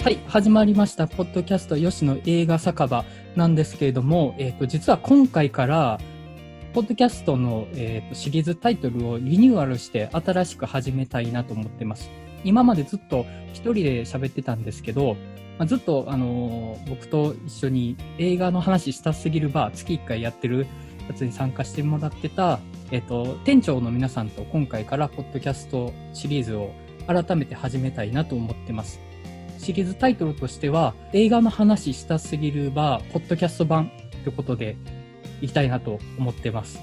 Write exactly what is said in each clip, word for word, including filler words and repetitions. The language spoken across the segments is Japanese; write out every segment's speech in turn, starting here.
はい、始まりました。ポッドキャスト吉野映画酒場なんですけれども、えっと、実は今回から、ポッドキャストの、えっと、シリーズタイトルをリニューアルして新しく始めたいなと思ってます。今までずっと一人で喋ってたんですけど、まあ、ずっと、あのー、僕と一緒に映画の話したすぎるバー、月いっかいやってるやつに参加してもらってた、えっと、店長の皆さんと今回からポッドキャストシリーズを改めて始めたいなと思ってます。シリーズタイトルとしては、映画の話したすぎるバー、ポッドキャスト版ということで、いきたいなと思ってます。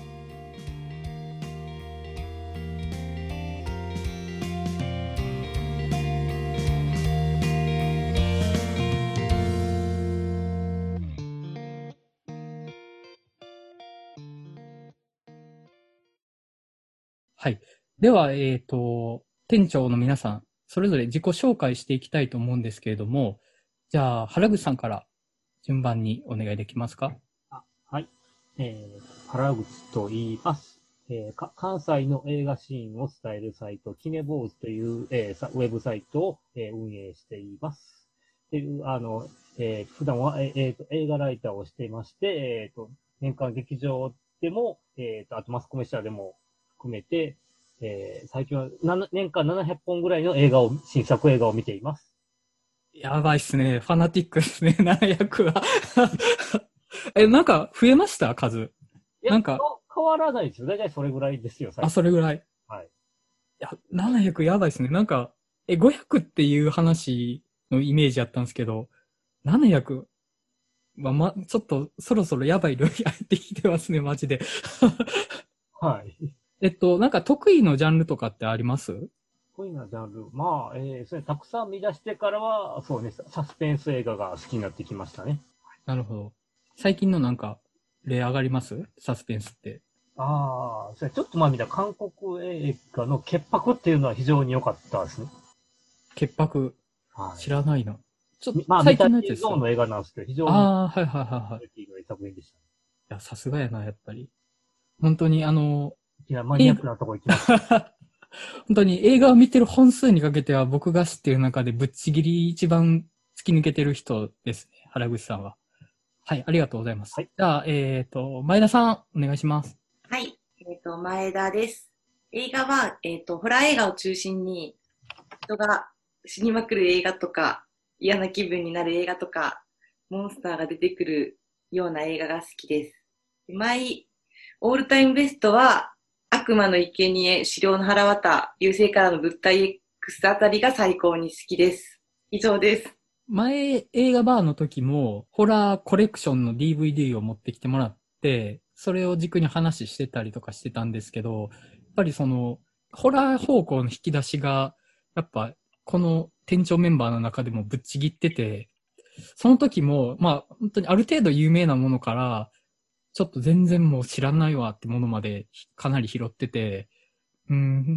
はい。では、えっと、店長の皆さん、それぞれ自己紹介していきたいと思うんですけれども、じゃあ、原口さんから順番にお願いできますか？ あはい。えー、原口と言います。えーか。関西の映画シーンを伝えるサイト、キネボーズという、えーさウェブサイトを、えー運営しています。っていう、あの、えー普段は、えーえーと映画ライターをしていまして、えーと年間劇場でも、えーとあとマスコミ社でも含めて、えー最近はなな年間ななひゃっぽんぐらいの映画を、新作映画を見ています。 やばいっすね。ファナティックですね。ななひゃくは。え、なんか増えました数？ いや、 なんか、 変わらないですよ。だいたいそれぐらいですよ、 あ、 最近。 それぐらい。いはい。 や、ななひゃくやばいですね。なんか、え、ごひゃくっていう話のイメージやったんですけど、ななひゃく、まあ、ま、ちょっとそろそろやばい量入ってきてますね、マジで。 はい。 えっと、なんか得意のジャンルとかってあります？ 得意なジャンル。まあ、えー、それたくさん見出してからは、そうね、サスペンス映画が好きになってきましたね。 なるほど。最近のなんか、例上がります？サスペンスって。 ああ、それちょっと前見た韓国映画の潔白っていうのは非常に良かったですね。 潔白、 はい。 知らないな。ちょっと、 まあ、 最見た近のやつですか？ 映像の映画なんですけど、非常にああー、はいはいはいはい。いクオリティのいい作品でしたね。 や、さすがやな、やっぱり。本当に、あの、 いや、マニア映画、 ックなとこ行きますね。 本当に映画を見てる本数にかけては僕が知ってる中でぶっちぎり一番突き抜けてる人ですね。原口さんは。はい、ありがとうございます。 はい。 じゃあ、えっと、前田さん、お願いします。 はい。えっ、と、前田です。映画は、えっ、と、ホラー映画を中心に、人が死にまくる映画とか、嫌な気分になる映画とか、モンスターが出てくるような映画が好きです。マイ、オールタイムベストは、悪魔の生贄、死霊の腹渡、優勢からの物体 X あたりが最高に好きです。以上です。 前、映画バーの時も、ホラーコレクションの ディーブイディー を持ってきてもらって、それを軸に話してたりとかしてたんですけど、やっぱりその、ホラー方向の引き出しが、やっぱ、この店長メンバーの中でもぶっちぎってて、その時も、まあ、本当にある程度有名なものから、ちょっと全然もう知らないわってものまでかなり拾ってて、うん、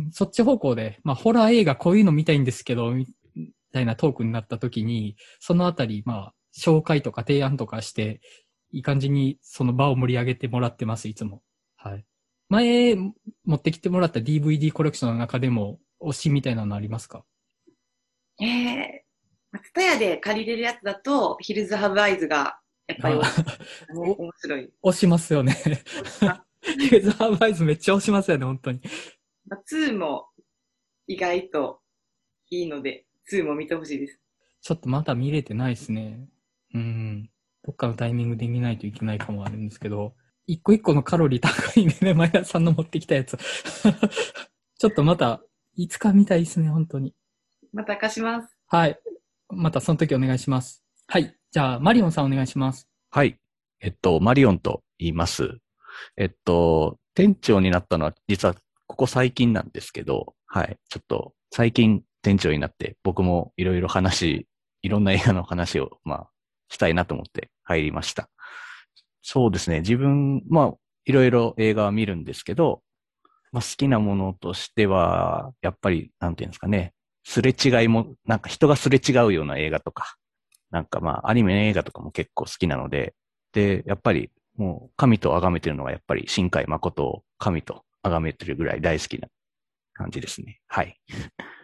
そっち方向で、まあ、ホラー映画こういうの見たいんですけど、みたいなトークになった時に、そのあたり、まあ、紹介とか提案とかして、いい感じにその場を盛り上げてもらってます、いつも。はい。前、持ってきてもらった ディーブイディー コレクションの中でも、推しみたいなのありますか？ えー、ツタヤで借りれるやつだと、ヒルズ・ハブ・アイズが、やっぱりあ、 お、ね、 お、 面白い。 推しますよね。ユーザーバイスめっちゃ推しますよね、本当に。 まあ、ツーも意外といいので、ツーも見てほしいです。 ちょっとまだ見れてないですね。うん。どっかのタイミングで見ないといけないかもあるんですけど、一個一個のカロリー高いんでね、前田さんの持ってきたやつ。ちょっとまた、いつか見たいですね、本当に。 また貸します。 はい。またその時お願いします。はい。じゃあ、マリオンさんお願いします。 はい。えっと、マリオンと言います。えっと、店長になったのは実はここ最近なんですけど、はい。ちょっと最近店長になって僕もいろいろ話、いろんな映画の話を、まあ、したいなと思って入りました。そうですね。自分、まあ、いろいろ映画は見るんですけど、まあ、好きなものとしては、やっぱり、なんていうんですかね。すれ違いも、なんか人がすれ違うような映画とか、なんかまあ、アニメ映画とかも結構好きなので、で、やっぱり、もう、神と崇めてるのは、やっぱり、新海誠を神と崇めてるぐらい大好きな感じですね。はい。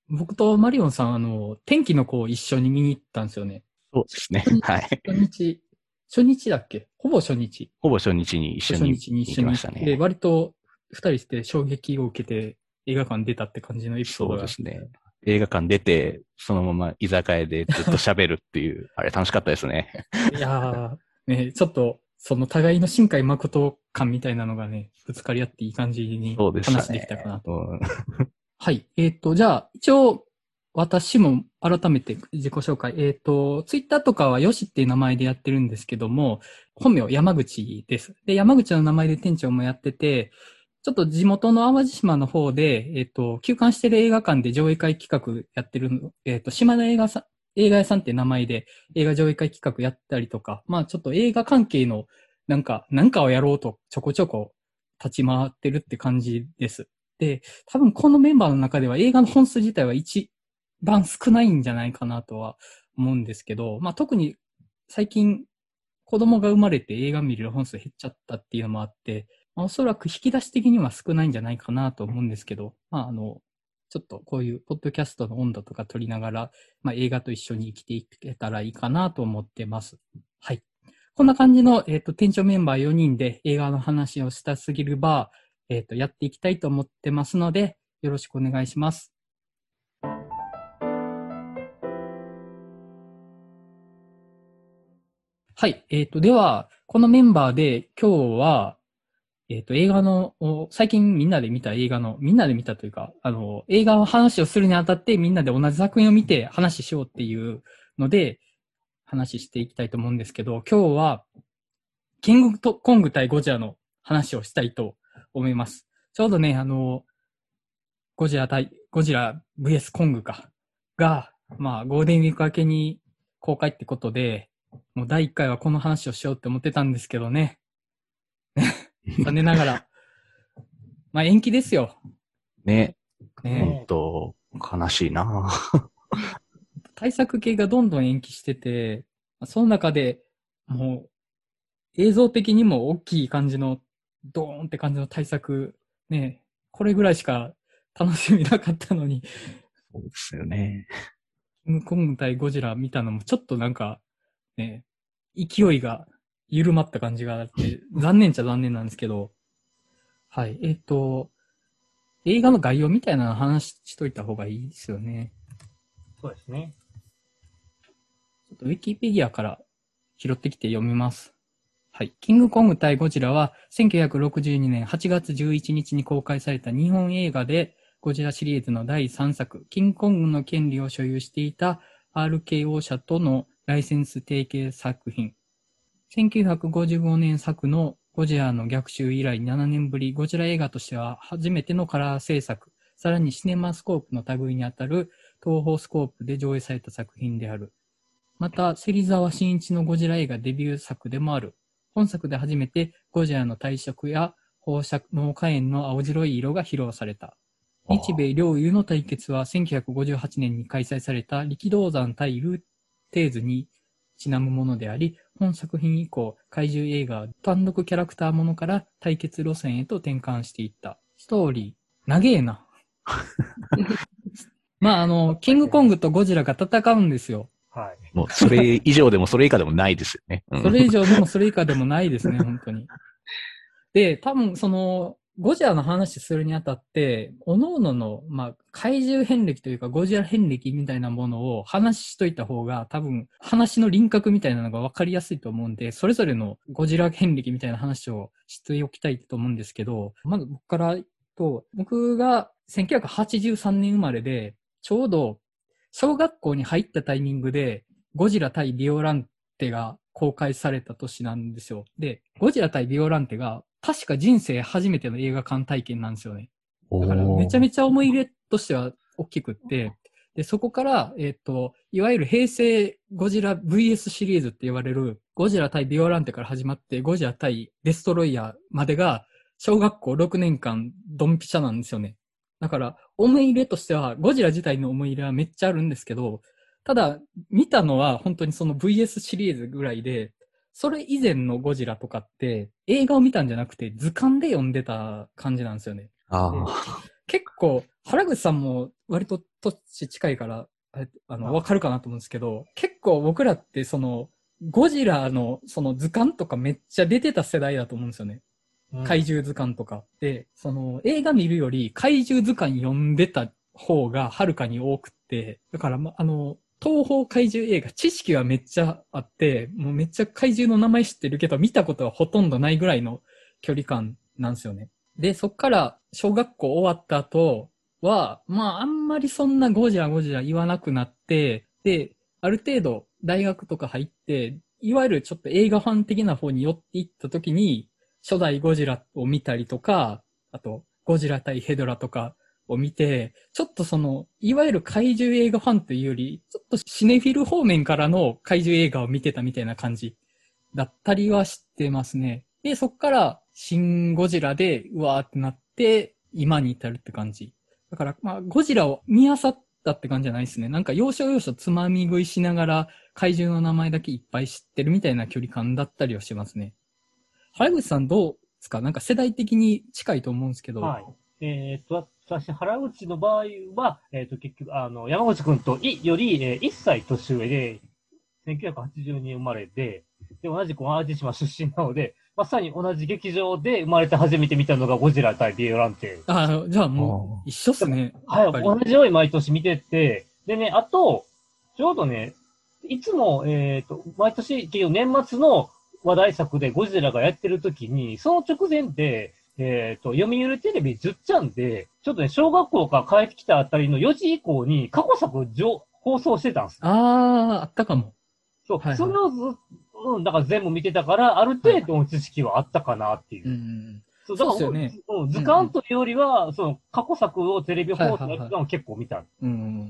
僕とマリオンさん、あの、天気の子を一緒に見に行ったんですよね。 そうですね。はい。 初日、初日だっけほぼ初日。 ほぼ初日に一緒初に日に一緒に行きました行って、 ね。 割と二人して衝撃を受けて映画館出たって感じのエピソードが。 そうですね。映画館出て、そのまま居酒屋でずっと喋るっていう、あれ楽しかったですね。 いやー、ね、ちょっと、その互いの新海誠感みたいなのがね、ぶつかり合っていい感じにそうでしたね。 話できたかなと。 うん、 はい。えっ、と、じゃあ、一応、私も改めて自己紹介。えっ、と、ツイッターとかはヨシっていう名前でやってるんですけども、本名山口です。で、山口の名前で店長もやってて、ちょっと地元の淡路島の方で、えっ、と、休館してる映画館で上映会企画やってるの、えっ、と、島田映画さ、映画屋さんって名前で映画上映会企画やったりとか、まあちょっと映画関係のなんか、なんかをやろうとちょこちょこ立ち回ってるって感じです。で、多分このメンバーの中では映画の本数自体は一番少ないんじゃないかなとは思うんですけど、まあ特に最近子供が生まれて映画見る本数減っちゃったっていうのもあって、まあ、おそらく引き出し的には少ないんじゃないかなと思うんですけど、まああの、ちょっとこういうポッドキャストの温度とか取りながら、まあ映画と一緒に生きていけたらいいかなと思ってます。はい。こんな感じの、えっ、と、店長メンバーよにんで映画の話をしたすぎるバー、えっ、と、やっていきたいと思ってますので、よろしくお願いします。はい。えっ、と、では、このメンバーで今日は、えっ、と、映画の、最近みんなで見た映画の、みんなで見たというか、あの、映画の話をするにあたってみんなで同じ作品を見て話しようっていうので、話していきたいと思うんですけど、今日は、キングコング対ゴジラの話をしたいと思います。ちょうどね、あの、ゴジラ対、ゴジラ ブイエス コングか、が、まあ、ゴールデンウィーク明けに公開ってことで、もうだいいっかいはこの話をしようって思ってたんですけどね。残念ながら。まあ延期ですよ。 ね。 ねほんと、悲しいな対策系がどんどん延期してて、その中でもう映像的にも大きい感じのドーンって感じの対策、ね、これぐらいしか楽しみなかったのに。 そうですよね。 キングコング対ゴジラ見たのもちょっとなんか、ね、勢いが緩まった感じがあって、残念っちゃ残念なんですけど、はい。えっ、と、映画の概要みたいなの話しといた方がいいですよね。 そうですね。 ちょっとウィキペディアから拾ってきて読みます。はい。キングコング対ゴジラはせんきゅうひゃくろくじゅうにねんはちがつじゅういちにちに公開された日本映画で、ゴジラシリーズのだいさんさく、キングコングの権利を所有していた アールケーオー 社とのライセンス提携作品。せんきゅうひゃくごじゅうごねん作のゴジラの逆襲以来ななねんぶり、ゴジラ映画としては初めてのカラー制作、さらにシネマスコープの類にあたる東宝スコープで上映された作品である。また、芹沢慎一のゴジラ映画デビュー作でもある。本作で初めてゴジラの体色や放射能火炎の青白い色が披露された。日米両雄の対決はせんきゅうひゃくごじゅうはちねんに開催された力道山対ルーテーズにちなむものであり、本作品以降、怪獣映画単独キャラクターものから対決路線へと転換していった。ストーリー、長えな。まあ、あの、キングコングとゴジラが戦うんですよ。 はい。 もう、それ以上でもそれ以下でもないですよね。うん、 それ以上でもそれ以下でもないですね、本当に。で、多分、その、ゴジラの話するにあたって、各々の、まあ、怪獣遍歴というか、ゴジラ遍歴みたいなものを話しといた方が、多分、話の輪郭みたいなのが分かりやすいと思うんで、それぞれのゴジラ遍歴みたいな話をしておきたいと思うんですけど、まず僕から言うと、僕がせんきゅうひゃくはちじゅうさんねん生まれで、ちょうど、小学校に入ったタイミングで、ゴジラ対ビオランテが公開された年なんですよ。で、ゴジラ対ビオランテが、確か人生初めての映画館体験なんですよね。だからめちゃめちゃ思い入れとしては大きくって、で、そこから、えっと、いわゆる平成ゴジラ ブイエス シリーズって言われる、ゴジラ対ビオランテから始まって、ゴジラ対デストロイヤーまでが、小学校ろくねんかんドンピシャなんですよね。だから、思い入れとしては、ゴジラ自体の思い入れはめっちゃあるんですけど、ただ、見たのは本当にその ブイエス シリーズぐらいで、それ以前のゴジラとかって映画を見たんじゃなくて図鑑で読んでた感じなんですよね。 あ結構原口さんも割と年近いから、あれあの、 あわかるかなと思うんですけど、結構僕らってその、ゴジラのその図鑑とかめっちゃ出てた世代だと思うんですよね。怪獣図鑑とか。で、その映画見るより怪獣図鑑読んでた方がはるかに多くって、だからま、あの、東宝怪獣映画、知識はめっちゃあって、もうめっちゃ怪獣の名前知ってるけど、見たことはほとんどないぐらいの距離感なんですよね。で、そっから小学校終わった後は、まああんまりそんなゴジラゴジラ言わなくなって、で、ある程度大学とか入って、いわゆるちょっと映画ファン的な方に寄っていった時に、初代ゴジラを見たりとか、あと、ゴジラ対ヘドラとかを見て、ちょっとその、いわゆる怪獣映画ファンというより、ちょっとシネフィル方面からの怪獣映画を見てたみたいな感じだったりはしてますね。で、そっから、シン・ゴジラで、うわーってなって、今に至るって感じ。だから、まあ、ゴジラを見漁ったって感じじゃないですね。なんか、要所要所つまみ食いしながら、怪獣の名前だけいっぱい知ってるみたいな距離感だったりはしますね。原口さんどうですか？なんか世代的に近いと思うんですけど。 はい。えっ、と、私、原口の場合は、えっ、と、結局、あの、山口くんといより、えー、いっさい年上で、せんきゅうひゃくはちじゅうにねん生まれで、で、同じく淡路島出身なので、まさに同じ劇場で生まれて初めて見たのがゴジラ対ビエランテ。 ああ、じゃあもう一緒っすね。 はい、同じように毎年見てて、でね、あと、ちょうどね、いつも、えっ、と、毎年、結局年末の話題作でゴジラがやってる時に、その直前で、えっ、と、読売テレビじゅっちゃんで、ちょっとね、小学校から帰ってきたあたりのよじ以降に過去作上放送してたんです。 ああ、あったかも。 そう、 はいはい、 それをずうん、だから全部見てたから、ある程度の知識はあったかなっていう。 はい、うん。 そう、だからそうですよね。 うん、図鑑というよりは、その過去作をテレビ放送やってたのを結構見た。 うん、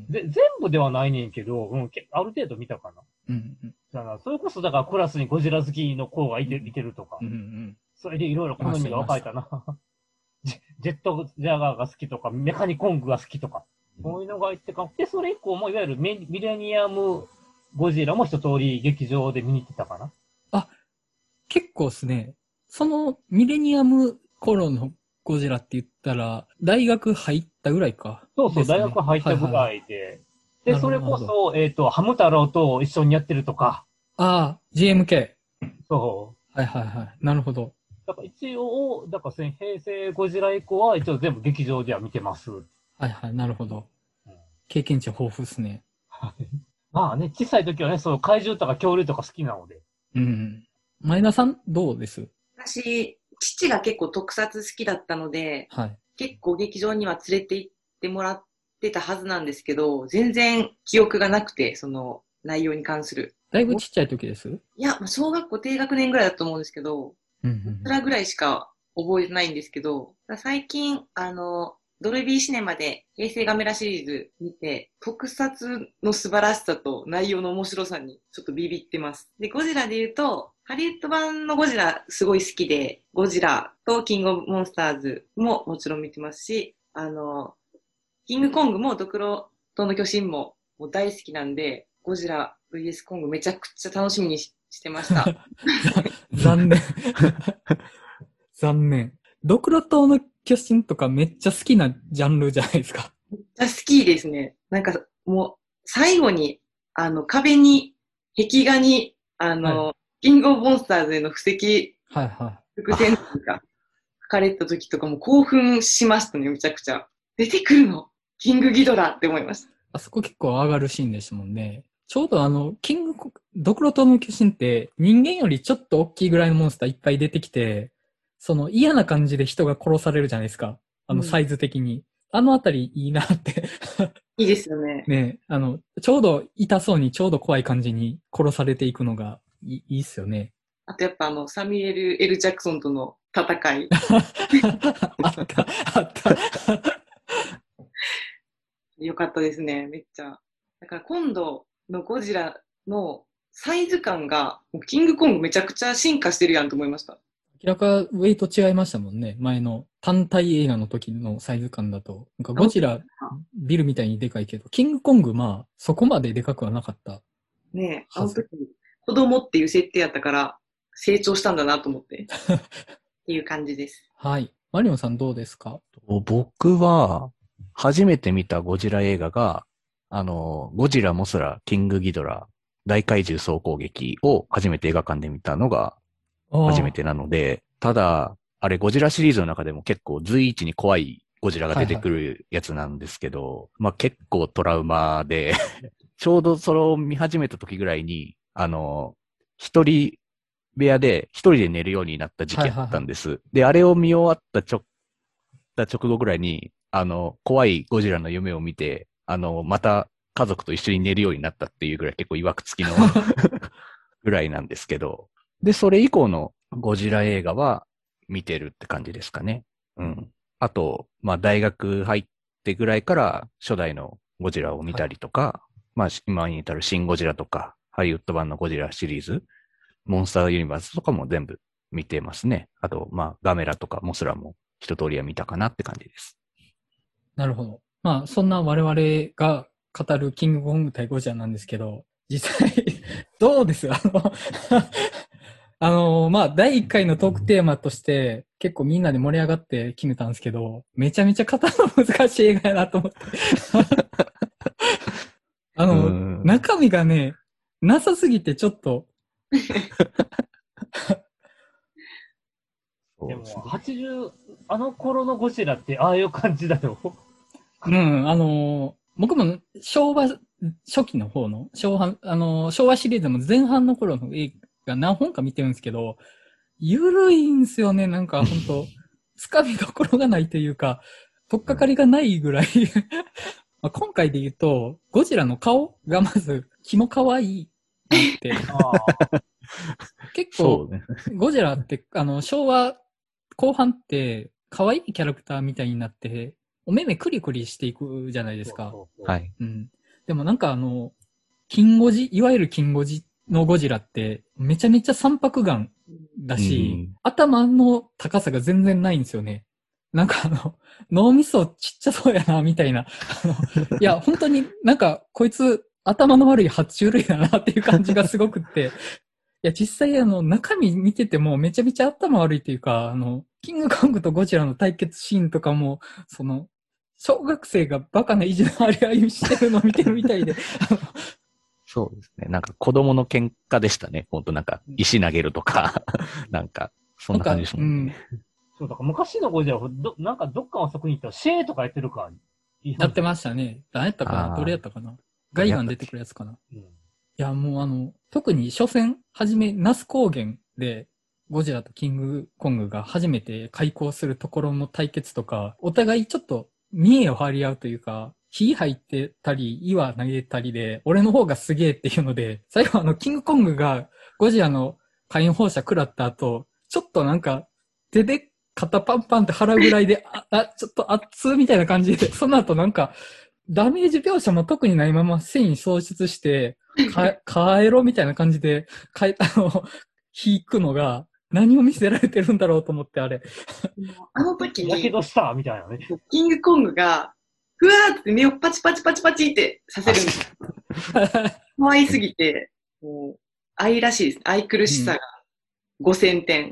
で、全部ではないねんけど、うん、ある程度見たかな。 うんうん、 だからそれこそ、だからクラスにゴジラ好きの子がいて、いてるとか。 うんうん、 それでいろいろ好みが分かれたな。ジェットジャガーが好きとか、メカニコングが好きとか。そういうのがいってか。で、それ以降もいわゆるミレニアムゴジラも一通り劇場で見に行ってたかな。 あ、結構ですね。そのミレニアム頃のゴジラって言ったら、大学入ったぐらいか、 そうそう、 ね、 大学入ったぐらいで。はいはい、で、それこそ、えっ、ー、と、ハム太郎と一緒にやってるとか。 ああ、ジーエムケー。 そう。 はいはいはい。なるほど。 だから一応、だから平成ゴジラ以降は一応全部劇場では見てます。 はいはい、なるほど。うん、経験値豊富ですね。 まあね、小さい時はね、その怪獣とか恐竜とか好きなので。 うん。前田さん、どうです？ 私、父が結構特撮好きだったので、はい、結構劇場には連れて行ってもらってたはずなんですけど、全然記憶がなくて、その内容に関する。 だいぶちっちゃい時です？ いや、小学校低学年ぐらいだと思うんですけど、 うんうんうん、 それぐらいしか覚えてないんですけど、最近、あの、ドルビーシネマで平成ガメラシリーズ見て、特撮の素晴らしさと内容の面白さにちょっとビビってます。で、ゴジラで言うと、ハリウッド版のゴジラすごい好きで、ゴジラとキングオブモンスターズももちろん見てますし、あの、キングコングもドクロとの巨神ももう大好きなんで、ゴジラ ブイエス コングめちゃくちゃ楽しみに し, してました。 残念。残念。ドクロとの巨神とかめっちゃ好きなジャンルじゃないですか。 めっちゃ好きですね。なんかもう最後にあの壁に、壁画に、あの、はい、キングオブモンスターズへの布石、 はいはい。 伏線が書かれた時とかも興奮しましたね、めちゃくちゃ。出てくるのキングギドラって思いました。 あそこ結構上がるシーンですもんね。ちょうどあの、キング、ドクロとの巨神って人間よりちょっと大きいぐらいのモンスターいっぱい出てきて、その嫌な感じで人が殺されるじゃないですか。あのサイズ的に。うん、あのあたりいいなって。 いいですよね。 ね、あの、ちょうど痛そうにちょうど怖い感じに殺されていくのがいい、いいっすよね。 あとやっぱあの、サミュエル・エル・ジャクソンとの戦い。 あった、あった。 よかったですね、めっちゃ。だから今度のゴジラのサイズ感が、キングコングめちゃくちゃ進化してるやんと思いました。 明らかウェイト違いましたもんね。前の単体映画の時のサイズ感だと。なんかゴジラ、ビルみたいにでかいけど、キングコングまあ、そこまででかくはなかった。 ねえ、あの時子供っていう設定やったから成長したんだなと思って。っていう感じです。 はい。マリオンさんどうですか？ 僕は、 初めて見たゴジラ映画が、あの、ゴジラ、モスラ、キングギドラ、大怪獣総攻撃を初めて映画館で見たのが初めてなので、ただ、あれゴジラシリーズの中でも結構随一に怖いゴジラが出てくるやつなんですけど、はいはい、まあ結構トラウマで、ちょうどそれを見始めた時ぐらいに、あの、一人部屋で一人で寝るようになった時期あったんです。はいはいはい、で、あれを見終わった直、直後ぐらいに、あの、怖いゴジラの夢を見て、あの、また家族と一緒に寝るようになったっていうぐらい結構曰くつきのぐらいなんですけど、で、それ以降のゴジラ映画は見てるって感じですかね。うん。あと、まあ大学入ってぐらいから初代のゴジラを見たりとか、はい、まあ今に至るシンゴジラとか、ハリウッド版のゴジラシリーズ、モンスターユニバースとかも全部見てますね。あと、まあガメラとかモスラも一通りは見たかなって感じです。 なるほど。まあそんな我々が語るキングコング対ゴジラなんですけど、実際どうですあのあのー、まあ、だいいっかいのトークテーマとして、結構みんなで盛り上がって決めたんですけど、めちゃめちゃ語るの難しい映画やなと思って。あの、中身がね、なさすぎてちょっと。 でも、はちじゅう、あの頃のゴジラってああいう感じだよ。 うん、あのー、僕も昭和初期の方の、昭和、あのー、昭和シリーズも前半の頃の映画、が何本か見てるんですけど、ゆるいんすよね、なんかほんと、つかみどころがないというか、とっかかりがないぐらい。まあ今回で言うと、ゴジラの顔がまず、気も可愛いなって。結構、ね、ゴジラって、あの、昭和後半って、可愛いキャラクターみたいになって、お目目クリクリしていくじゃないですか。 はい。 うん。でもなんかあの、キンゴジ、いわゆるキンゴジのゴジラってめちゃめちゃ三白眼だし、うん、頭の高さが全然ないんですよね。なんかあの、脳みそちっちゃそうやな、みたいな。あのいや、本当になんかこいつ頭の悪い爬虫類だなっていう感じがすごくって。いや、実際あの、中身見ててもめちゃめちゃ頭悪いっていうか、あの、キングコングとゴジラの対決シーンとかも、その、小学生がバカな意地の張り合いしてるのを見てるみたいで。 そうですね。なんか子供の喧嘩でしたね。ほんとなんか石投げるとか、なんかそんな感じですもんね。 うん、そう、だから昔のゴジラはど、なんかどっかの作品行ったらシェーとかやってるか。 やってましたね。何やったかなどれやったかなガイガン出てくるやつかな、うん、いや、もうあの、特に初戦、はじめ、那須高原で、ゴジラとキングコングが初めて開口するところの対決とか、お互いちょっと見栄を張り合うというか、火入ってたり、岩投げたりで、俺の方がすげえっていうので、最後あの、キングコングがゴジラの火炎放射食らった後、ちょっとなんか、手で肩パンパンって払うぐらいで、あ、あ、ちょっと熱みたいな感じで、その後なんか、ダメージ描写も特にないまま繊維喪失して、か、帰ろみたいな感じで、帰ったのを引くのが、何を見せられてるんだろうと思って、あれ。 あの時に、 やけどしたみたいなね。 キングコングが、ふわーって目をパチパチパチパチってさせるんです。可愛すぎて、もう、愛らしいです。愛くるしさがごせんてん。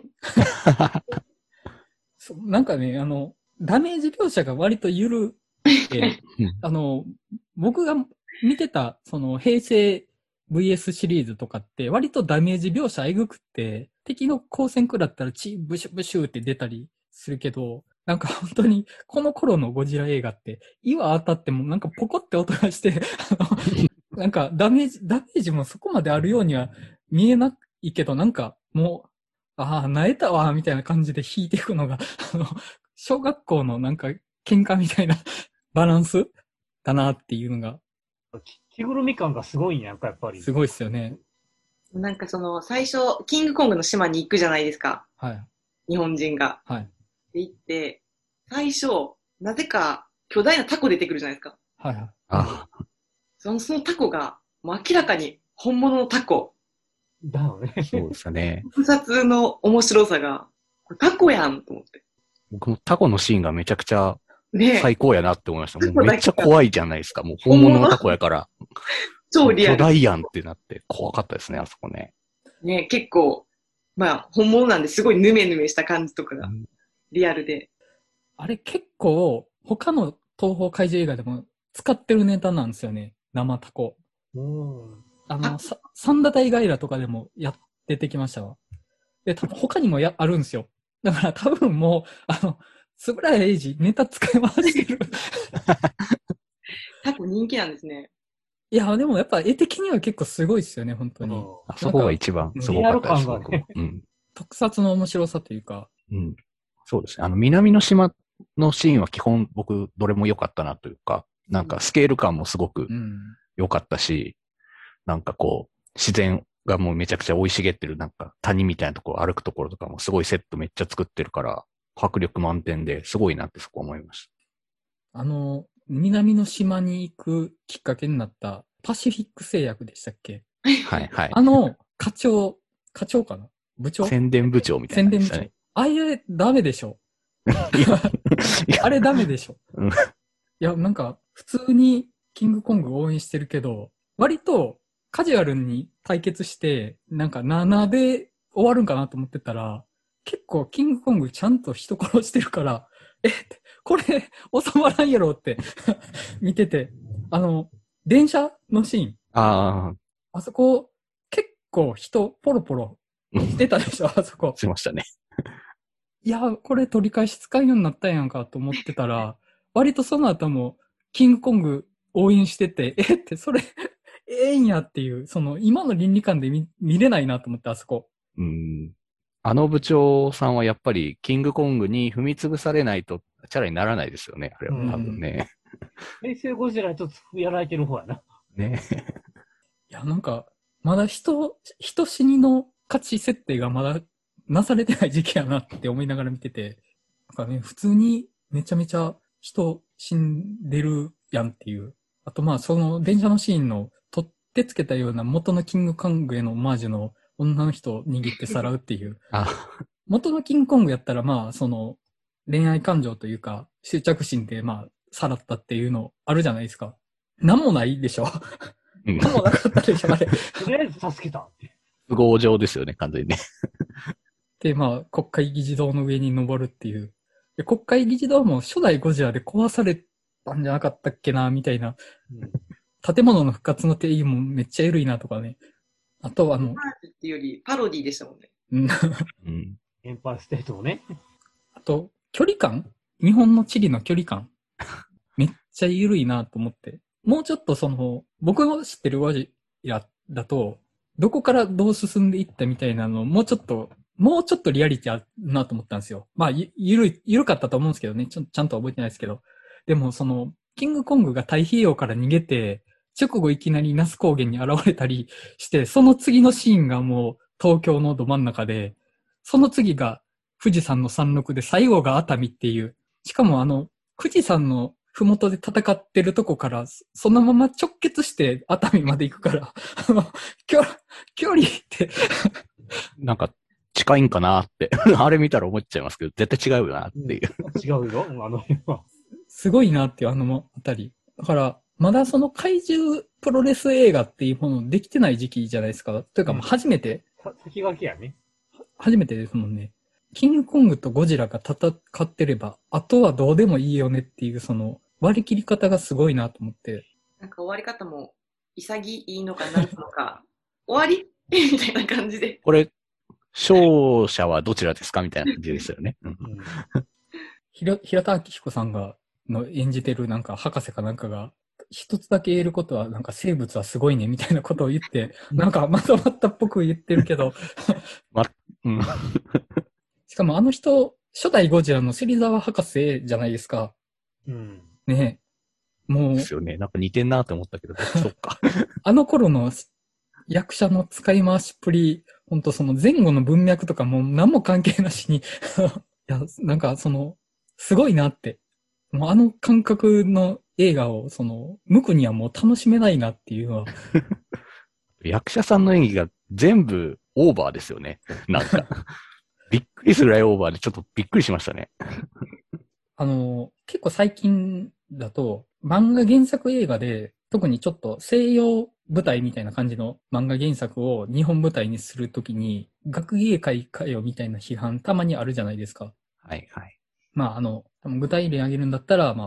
そう、なんかね、あの、ダメージ描写が割と緩いて、あの、僕が見てた、その、平成 ブイエス シリーズとかって、割とダメージ描写えぐくって、敵の光線食らったら血ブシュブシュって出たりするけど、なんか本当に、この頃のゴジラ映画って、岩当たってもなんかポコって音がして、あの、なんかダメージ、ダメージもそこまであるようには見えないけど、なんかもう、ああ、萎えたわ、みたいな感じで弾いていくのが、あの、小学校のなんか喧嘩みたいなバランスだなっていうのが。 着ぐるみ感がすごいんやんか、やっぱり。 すごいっすよね。 なんかその、最初、キングコングの島に行くじゃないですか。 はい。 日本人が。 はい。 で行って、最初、なぜか巨大なタコ出てくるじゃないですか。 はいはい。 あその、そのタコが、もう明らかに本物のタコ。 だよね。 そうですね。 複雑の面白さが、タコやんと思って。 僕もタコのシーンがめちゃくちゃ最高やなって思いました。ね、もうめっちゃ怖いじゃないですか。もう本物のタコやから。 超リアル。 巨大やんってなって怖かったですね、あそこね。 ね、結構、まあ本物なんですごいヌメヌメした感じとかがリアルで。 あれ結構他の東宝怪獣映画でも使ってるネタなんですよね。生タコ。 うん。 あの、さ三田大ガイラとかでもやっててきましたわ。で、多分他にもや、あるんですよ。だから多分もう、あの、円谷英二ネタ使い回してる。 タコ人気なんですね。 いや、でもやっぱ絵的には結構すごいですよね、本当に。 あそこが一番すごかったです。 リアル感がね。 うん。 特撮の面白さというか。 うん。そうですね。あの、南の島のシーンは基本僕、どれも良かったなというか、なんかスケール感もすごく良かったし、うん、なんかこう、自然がもうめちゃくちゃ生い茂ってるなんか谷みたいなところ歩くところとかもすごいセットめっちゃ作ってるから、迫力満点ですごいなってそこ思いました。 あの、南の島に行くきっかけになったパシフィック製薬でしたっけ？ はいはい。 あの、課長、課長かな？部長？ 宣伝部長みたいな、ね。 宣伝部長。あれ、ダメでしょ。あれダメでしょ。いや、なんか、普通にキングコング応援してるけど、割とカジュアルに対決して、なんかななで終わるんかなと思ってたら、結構キングコングちゃんと人殺してるから、え、これ収まらんやろって見てて、あの、電車のシーン。 ああ。 あそこ、結構人ポロポロしてたでしょ、あそこ。 しましたね。 いや、これ取り返し使うようになったんやんかと思ってたら、割とその後も、キングコング応援してて、えって、それ、ええんやっていう、その、今の倫理観で 見, 見れないなと思って、あそこ。 うん。あの部長さんはやっぱり、キングコングに踏み潰されないと、チャラにならないですよね、あれは多分ね。 平成ゴジラちょっとやられてる方やな。 ね。 いや、なんか、まだ人、人死にの価値設定がまだなされてない時期やなって思いながら見てて、なんかね、普通にめちゃめちゃ人死んでるやんっていう。あとまあ、その電車のシーンの取ってつけたような元のキングコングへのオマージュの女の人を握ってさらうっていう。 あ元のキングコングやったらまあ、その恋愛感情というか執着心でまあ、さらったっていうのあるじゃないですか。なんもないでしょ。なんもなかったでしょ、あれ。 とりあえず助けた。 都合上ですよね、完全にね。 で、まあ、国会議事堂の上に登るっていう。で国会議事堂も初代ゴジラで壊されたんじゃなかったっけな、みたいな。うん、建物の復活の定義もめっちゃエルいなとかね。あとはあの、 パージっていうよりパロディでしたもんね。 うん。 エンパイアステートもね。 あと、距離感？日本の地理の距離感めっちゃ緩いなと思って。もうちょっとその、僕の知ってるゴジラだと、どこからどう進んでいったみたいなのをもうちょっと、もうちょっとリアリティあるなと思ったんですよ。まあ、ゆ、ゆるい、ゆるかったと思うんですけどね。ちょ、ちゃんとは覚えてないですけど。でも、その、キングコングが太平洋から逃げて、直後いきなり那須高原に現れたりして、その次のシーンがもう東京のど真ん中で、その次が富士山の山麓で、最後が熱海っていう。しかもあの、富士山のふもとで戦ってるとこから、そのまま直結して熱海まで行くから、あの、距離、距離ってなんか、近いんかなって。あれ見たら思っちゃいますけど、絶対違うよなっていう。 うん、違うよ、あの辺は。 すごいなっていう、あのあたり。だから、まだその怪獣プロレス映画っていうものできてない時期じゃないですか。というか、もう初めて、 うん、先駆けやね。 初めてですもんね。キングコングとゴジラが戦ってれば、あとはどうでもいいよねっていう、その、割り切り方がすごいなと思って。 なんか終わり方も潔いのかなんのか、終わりみたいな感じで。 これ、勝者はどちらですかみたいな感じですよね。うん、 平田明彦さんが、の演じてるなんか博士かなんかが、一つだけ言えることは、なんか生物はすごいねみたいなことを言って、なんかまとまったっぽく言ってるけど、 まうん、 しかもあの人、初代ゴジラの芹沢博士じゃないですか。 うん、 ねえ。もう。 ですよね。なんか似てんなって思ったけど、そっか。 あの頃の役者の使い回しっぷり、ほんとその前後の文脈とかも何も関係なしに、いや、なんかその、すごいなって。もうあの感覚の映画を、その、無垢にはもう楽しめないなっていうのは。 役者さんの演技が全部オーバーですよね。なんか。びっくりするぐらいオーバーでちょっとびっくりしましたね。 あの、結構最近だと、漫画原作映画で、特にちょっと西洋舞台みたいな感じの漫画原作を日本舞台にするときに、学芸会かよみたいな批判たまにあるじゃないですか。 はいはい。 まあ、あの、具体例挙げるんだったら、まあ、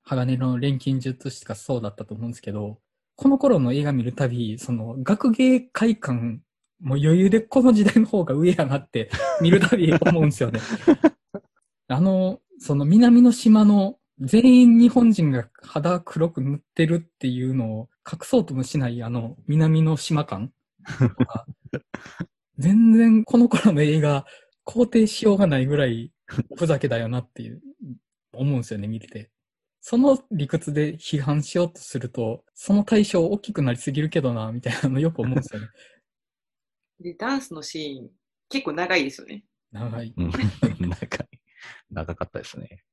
鋼の錬金術師とかそうだったと思うんですけど、この頃の映画見るたび、その学芸会館もう余裕でこの時代の方が上やなって見るたび思うんですよね。あの、その南の島の全員日本人が肌黒く塗ってるっていうのを隠そうともしないあの南の島感とか全然この頃の映画肯定しようがないぐらいふざけだよなっていう思うんですよね、見てて。その理屈で批判しようとすると、その対象大きくなりすぎるけどな、みたいなのよく思うんですよね。 で、ダンスのシーン、結構長いですよね。 長い。 うん長い。長かったですね。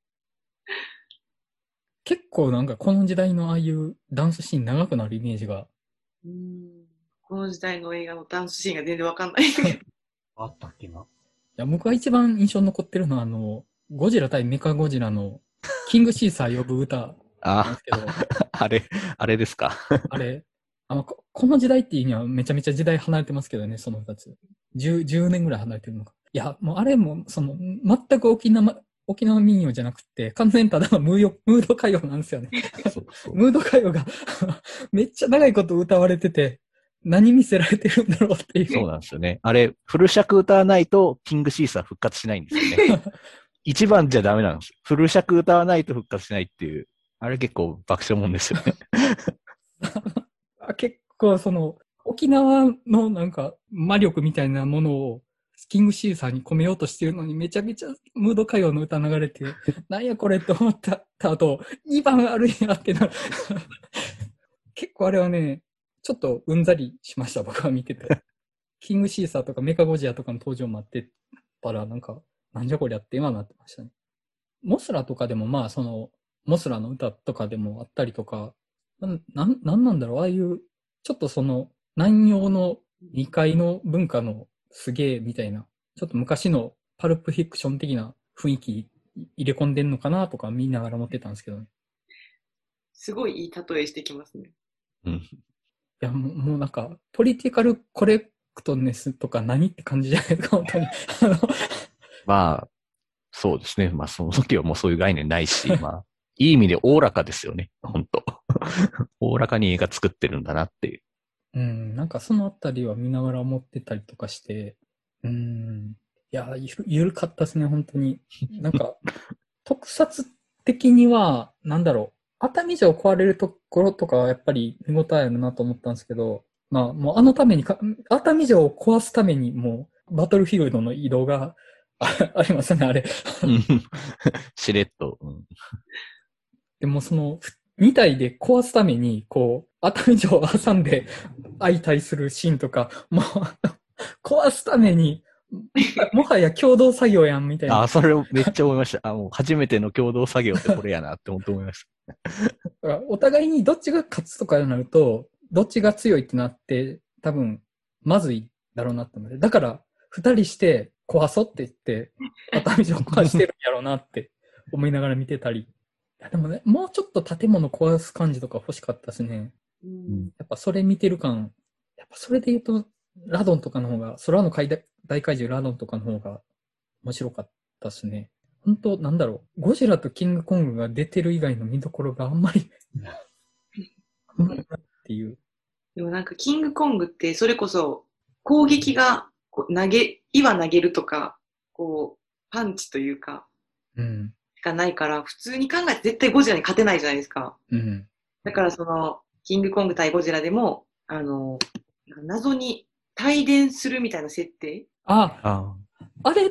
結構なんかこの時代のああいうダンスシーン長くなるイメージが。 うーんこの時代の映画のダンスシーンが全然わかんない。 あったっけな。 いや、僕が一番印象に残ってるのは、あの、ゴジラ対メカゴジラのキングシーサー呼ぶ歌なんであすけど、 あれ、あれですか。 あれ、あの、ここの時代っていうにはめちゃめちゃ時代離れてますけどね、その二つ。じゅう、じゅうねんぐらい離れてるのか。いや、もうあれも、その、全く沖縄、沖縄民謡じゃなくて、完全にただのムーヨムード歌謡なんですよね。 そうそうムード歌謡がめっちゃ長いこと歌われてて、何見せられてるんだろうっていう。 そうなんですよね。あれ、フル尺歌わないと、キングシーサー復活しないんですよね。一番じゃダメなんです。フル尺歌わないと復活しないっていう。あれ結構爆笑もんですよね。 結構その、沖縄のなんか魔力みたいなものをキングシーサーに込めようとしてるのにめちゃめちゃムード歌謡の歌流れて、なんやこれって思った後、にばんあるんやってなる。結構あれはね、ちょっとうんざりしました、僕は見てて。キングシーサーとかメカゴジラとかの登場待ってたら、なんか、なんじゃこりゃって今なってましたね。モスラとかでもまあ、その、モスラの歌とかでもあったりとか、なん、なんなんなんだろう、ああいう、ちょっとその、南洋のにかいの文化のすげえみたいな、ちょっと昔のパルプフィクション的な雰囲気入れ込んでんのかなとか見ながら思ってたんですけどね。 すごいいい例えしてきますね。 うん。 いや、もう、もうなんか、ポリティカルコレクトネスとか何って感じじゃないですか、本当に。あの、 まあ、そうですね。まあ、その時はもうそういう概念ないし、まあ、いい意味でおおらかですよね。本当おおらかに映画作ってるんだなっていう。 うん、なんかそのあたりは見ながら思ってたりとかして、うん、いや、ゆる、ゆるかったですね、本当に。なんか、特撮的には、なんだろう、熱海城壊れるところとかはやっぱり見応えあるなと思ったんですけど、まあ、もうあのためにか、熱海城を壊すためにもう、バトルフィールドの移動があありますね、あれ。 うんしれっと。うんでもその、に体で壊すために、こう、熱海城を挟んで相対するシーンとか、もう、あの壊すために、もはや共同作業やん、みたいな。 あ、それをめっちゃ思いました。あ、もう初めての共同作業ってこれやなって本当思いましお互いにどっちが勝つとかになると、どっちが強いってなって、多分、まずいだろうなって思って。だから、二人して壊そうって言って、熱海城壊してるんやろうなって思いながら見てたり。いやでもね、もうちょっと建物壊す感じとか欲しかったですね。 うんやっぱそれ見てる感、やっぱそれで言うと、ラドンとかの方が、空の大大怪獣ラドンとかの方が面白かったですね。本当なんだろう、ゴジラとキングコングが出てる以外の見どころがあんまり、あんまりないっていう。 でもなんかキングコングってそれこそ攻撃がこう投げ、岩投げるとか、こう、パンチというか、 うん。 しかないから、普通に考えて絶対ゴジラに勝てないじゃないですか。 うん。 だからその、キングコング対ゴジラでも、あの、謎に帯電するみたいな設定あ、 た。ああれって、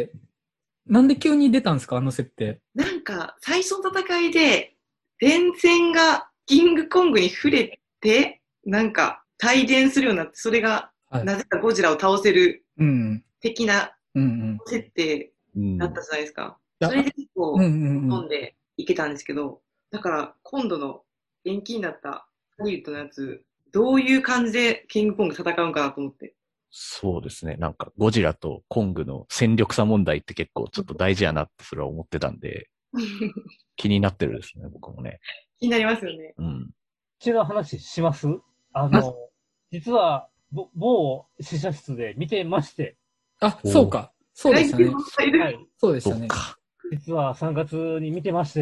なんで急に出たんですかあの設定。 なんか、最初の戦いで、電線がキングコングに触れて、なんか、帯電するようになって、それが、 はい。 なぜかゴジラを倒せるうん。 的なうんうん。 設定うんだったじゃないですか。 いやそれで結構、 うんうんうん。 飛んでいけたんですけど、だから、今度の延期になったハリウッドのやつ、どういう感じでキングコング戦うんかなと思って。 そうですね。なんか、ゴジラとコングの戦力差問題って結構ちょっと大事やなってそれは思ってたんで、気になってるですね、僕もね。 気になりますよね。 うん。 違う話しますあの、実は、ぼ某試写室で見てまして、 あ、そうか。そうでしたね。 外人もいるはい。 そうでしたね。 そっか。 実はさんがつに見てまして、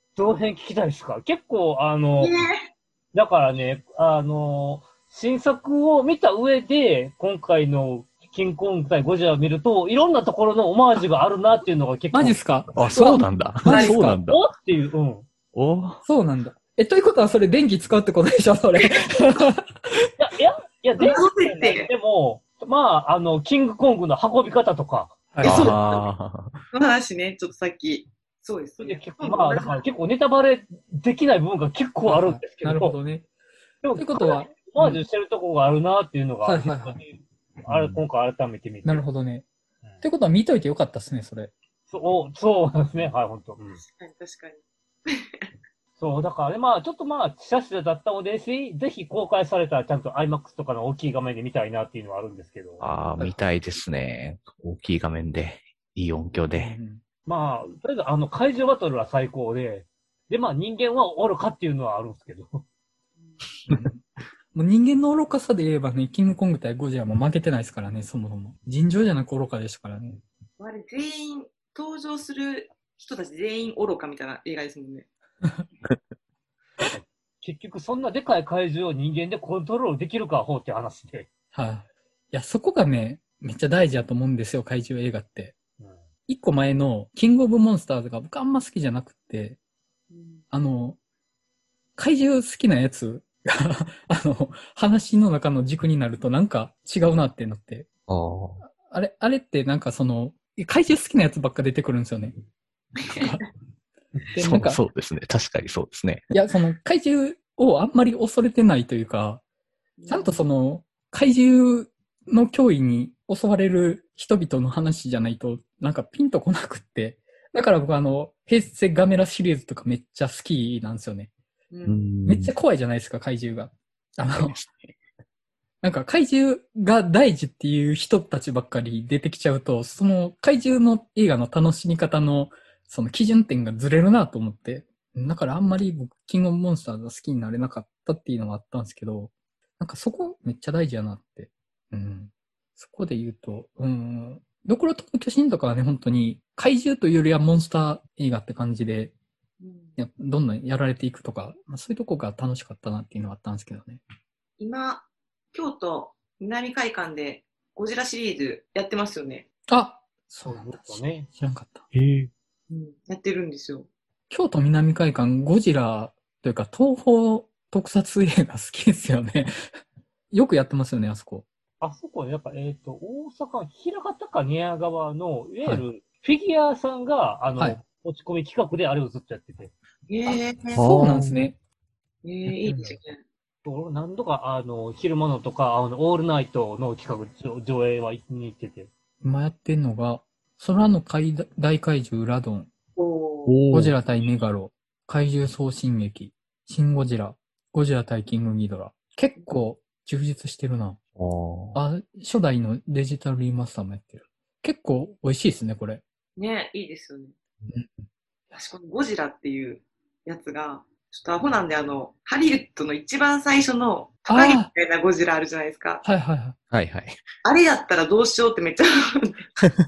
どの辺聞きたいですか？結構、あの、 ねだからね、あの、新作を見た上で、今回のキングコング対ゴジラを見ると、いろんなところのオマージュがあるなっていうのが結構。 マジっすか？ あ、そうなんだ。 マジっすかそうなんだ。 おっていう、うん。 おそうなんだ。え、ということはそれ電気使うってことでしょそれ。 いや、いや、いや、電そう子設定でも、まあ、あの、キングコングの運び方とか、 はいえそうああ。 この話ね、ちょっとさっき。そうですね。 それで結構、まあ、だから結構ネタバレできない部分が結構あるんですけど。 なるほどね。 でも、 ということは、 オマージュしてるとこがあるなっていうのが、 はいはいはいあれ、今回改めて見て。 なるほどね。 うんということは見といてよかったですね、それ。 そう、そうなんですね。はい、本当。うん。 確かに確かに。 そう、だからね、まあ、ちょっとまあ、写真だったので、ぜぜひ公開されたらちゃんと アイマックス とかの大きい画面で見たいなっていうのはあるんですけど。 ああ、見たいですね。大きい画面で、いい音響で。 うんまあ、とりあえずあの、怪獣バトルは最高で、で、まあ人間はおるかっていうのはあるんですけど。 もう人間の愚かさで言えばね、キングコング対ゴジラも負けてないですからね、そもそも。尋常じゃなく愚かでしたからね。 あれ、全員、登場する人たち全員愚かみたいな映画ですもんね。 結局そんなでかい怪獣を人間でコントロールできるか、ほうって話で。 はい、いや、そこがね、めっちゃ大事だと思うんですよ、怪獣映画って。 うん。 一個前のキングオブモンスターズが僕あんま好きじゃなくて、 うんあの、怪獣好きなやつが、あの、話の中の軸になるとなんか違うなってなって。 ああ。 あれ、あれってなんかその、怪獣好きなやつばっか出てくるんですよね。で、 そう、 なんか、 そうですね。確かにそうですね。 いや、その怪獣をあんまり恐れてないというか、ちゃんとその怪獣の脅威に襲われる人々の話じゃないと、なんかピンとこなくって。だから僕あの、平成ガメラシリーズとかめっちゃ好きなんですよね。 ううんん。 めっちゃ怖いじゃないですか、怪獣が。あの怖いで、すね。 なんか怪獣が大事っていう人たちばっかり出てきちゃうと、その怪獣の映画の楽しみ方のその基準点がずれるなと思って。だからあんまり僕、キングオブモンスターズが好きになれなかったっていうのがあったんですけど、なんかそこめっちゃ大事やなって。うん。そこで言うと、うん。ドクロと巨神とかはね、本当に怪獣というよりはモンスター映画って感じで、 うんやどんどんやられていくとか、まあ、そういうとこが楽しかったなっていうのはあったんですけどね。 今、京都南会館でゴジラシリーズやってますよね。 あ、 そうなんだですね。 知らんかった。 へえ。 うん、やってるんですよ。 京都南海岸ゴジラというか東宝特撮映画好きですよね。よくやってますよね、あそこ。 あそこ、やっぱ、えっ、と、大阪、枚方か寝屋川の、いわゆるフィギュアさんが、あの、 はい持ち込み企画であれをずっとやってて。 へえー、 そうなんですね。 えー、いいですね。 そう何度か、あの、昼間のとか、あの、オールナイトの企画、上上映は見に行ってて。 今やってんのが、空の怪大怪獣ウラドン、 おー。 ゴジラ対メガロ、怪獣送信劇、シンゴジラ、ゴジラ対キングギドラ。結構充実してるな。 ああ、初代のデジタルリマスターもやってる。結構美味しいですね、これ。 ね、いいですよねうん。 私、このゴジラっていうやつが、ちょっとアホなんで、あの、ハリウッドの一番最初のトカゲみたいなゴジラあるじゃないですか。 はいはいはい。 あ。はいはい。 あれやったらどうしようってめっちゃ思って